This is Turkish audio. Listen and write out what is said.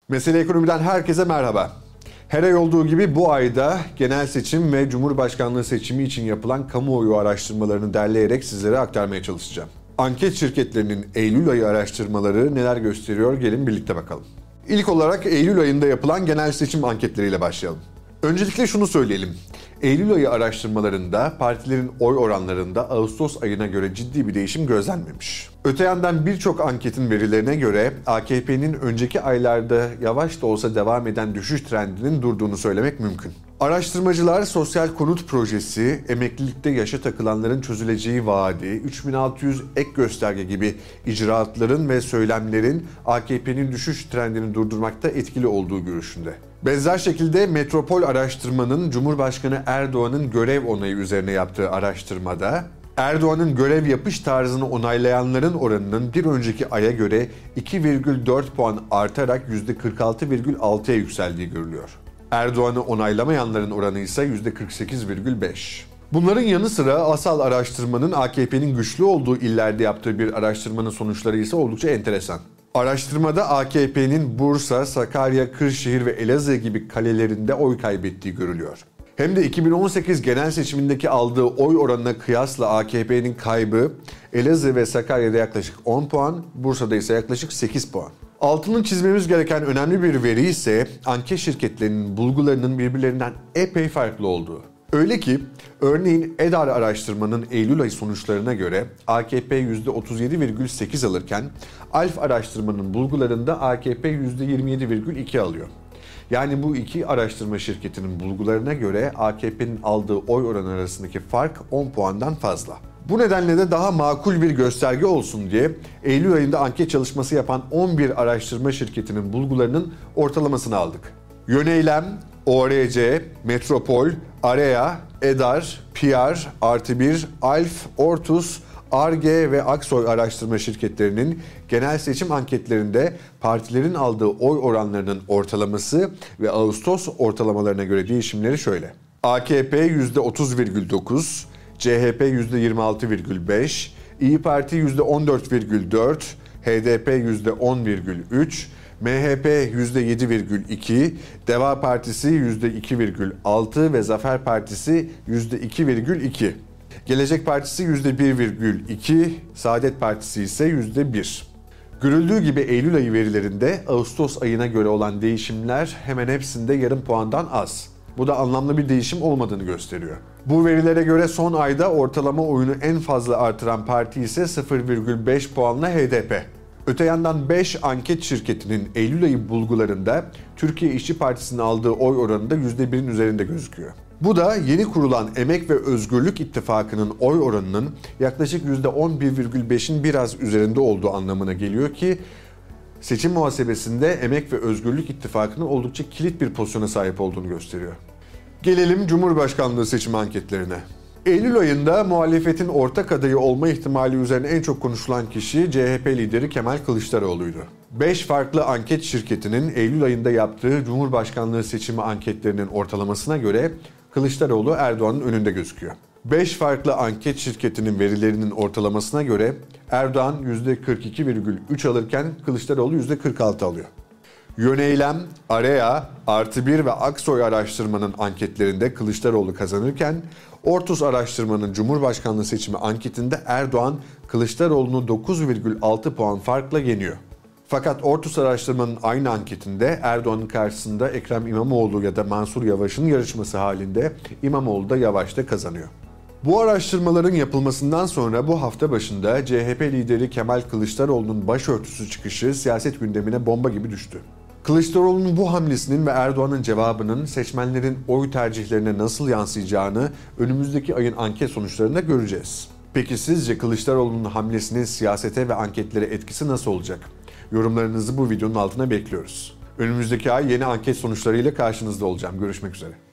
Mesele Ekonomi'den herkese merhaba. Her ay olduğu gibi bu ayda genel seçim ve Cumhurbaşkanlığı seçimi için yapılan kamuoyu araştırmalarını derleyerek sizlere aktarmaya çalışacağım. Anket şirketlerinin Eylül ayı araştırmaları neler gösteriyor? Gelin birlikte bakalım. İlk olarak Eylül ayında yapılan genel seçim anketleriyle başlayalım. Öncelikle şunu söyleyelim. Eylül ayı araştırmalarında partilerin oy oranlarında Ağustos ayına göre ciddi bir değişim gözlenmemiş. Öte yandan birçok anketin verilerine göre AKP'nin önceki aylarda yavaş da olsa devam eden düşüş trendinin durduğunu söylemek mümkün. Araştırmacılar sosyal konut projesi, emeklilikte yaşa takılanların çözüleceği vaadi, 3600 ek gösterge gibi icraatların ve söylemlerin AKP'nin düşüş trendini durdurmakta etkili olduğu görüşünde. Benzer şekilde Metropol Araştırma'nın Cumhurbaşkanı Erdoğan'ın görev onayı üzerine yaptığı araştırmada Erdoğan'ın görev yapış tarzını onaylayanların oranının bir önceki aya göre 2,4 puan artarak %46,6'ya yükseldiği görülüyor. Erdoğan'ı onaylamayanların oranı ise %48,5. Bunların yanı sıra Asal Araştırma'nın AKP'nin güçlü olduğu illerde yaptığı bir araştırmanın sonuçları ise oldukça enteresan. Araştırmada AKP'nin Bursa, Sakarya, Kırşehir ve Elazığ gibi kalelerinde oy kaybettiği görülüyor. Hem de 2018 genel seçimindeki aldığı oy oranına kıyasla AKP'nin kaybı Elazığ ve Sakarya'da yaklaşık 10 puan, Bursa'da ise yaklaşık 8 puan. Altını çizmemiz gereken önemli bir veri ise anket şirketlerinin bulgularının birbirlerinden epey farklı olduğu. Öyle ki örneğin EDAR araştırmanın Eylül ayı sonuçlarına göre AKP %37,8 alırken ALF araştırmanın bulgularında AKP %27,2 alıyor. Yani bu iki araştırma şirketinin bulgularına göre AKP'nin aldığı oy oranı arasındaki fark 10 puandan fazla. Bu nedenle de daha makul bir gösterge olsun diye Eylül ayında anket çalışması yapan 11 araştırma şirketinin bulgularının ortalamasını aldık. Yöneylem, ORC, Metropol, Area, EDAR, PR, +1, ALF, Ortus, Ar-Ge ve Aksoy araştırma şirketlerinin genel seçim anketlerinde partilerin aldığı oy oranlarının ortalaması ve Ağustos ortalamalarına göre değişimleri şöyle. AKP %30,9, CHP %26,5, İYİ Parti %14,4, HDP %10,3, MHP %7,2, Deva Partisi %2,6 ve Zafer Partisi %2,2. Gelecek Partisi %1,2, Saadet Partisi ise %1. Görüldüğü gibi Eylül ayı verilerinde Ağustos ayına göre olan değişimler hemen hepsinde yarım puandan az. Bu da anlamlı bir değişim olmadığını gösteriyor. Bu verilere göre son ayda ortalama oyunu en fazla artıran parti ise 0,5 puanla HDP. Öte yandan 5 anket şirketinin Eylül ayı bulgularında Türkiye İşçi Partisi'nin aldığı oy oranı da %1'in üzerinde gözüküyor. Bu da yeni kurulan Emek ve Özgürlük İttifakı'nın oy oranının yaklaşık %11,5'in biraz üzerinde olduğu anlamına geliyor ki seçim muhasebesinde Emek ve Özgürlük İttifakı'nın oldukça kilit bir pozisyona sahip olduğunu gösteriyor. Gelelim Cumhurbaşkanlığı seçim anketlerine. Eylül ayında muhalefetin ortak adayı olma ihtimali üzerine en çok konuşulan kişi CHP lideri Kemal Kılıçdaroğlu'ydu. 5 farklı anket şirketinin Eylül ayında yaptığı Cumhurbaşkanlığı seçimi anketlerinin ortalamasına göre Kılıçdaroğlu Erdoğan'ın önünde gözüküyor. 5 farklı anket şirketinin verilerinin ortalamasına göre Erdoğan %42,3 alırken Kılıçdaroğlu %46 alıyor. Yöneylem, Area, +1 ve Aksoy araştırmanın anketlerinde Kılıçdaroğlu kazanırken Ortus araştırmanın Cumhurbaşkanlığı seçimi anketinde Erdoğan Kılıçdaroğlu'nu 9,6 puan farkla yeniyor. Fakat Ortus araştırmanın aynı anketinde Erdoğan'ın karşısında Ekrem İmamoğlu ya da Mansur Yavaş'ın yarışması halinde İmamoğlu da Yavaş da kazanıyor. Bu araştırmaların yapılmasından sonra bu hafta başında CHP lideri Kemal Kılıçdaroğlu'nun başörtüsü çıkışı siyaset gündemine bomba gibi düştü. Kılıçdaroğlu'nun bu hamlesinin ve Erdoğan'ın cevabının seçmenlerin oy tercihlerine nasıl yansıyacağını önümüzdeki ayın anket sonuçlarında göreceğiz. Peki sizce Kılıçdaroğlu'nun hamlesinin siyasete ve anketlere etkisi nasıl olacak? Yorumlarınızı bu videonun altına bekliyoruz. Önümüzdeki ay yeni anket sonuçlarıyla karşınızda olacağım. Görüşmek üzere.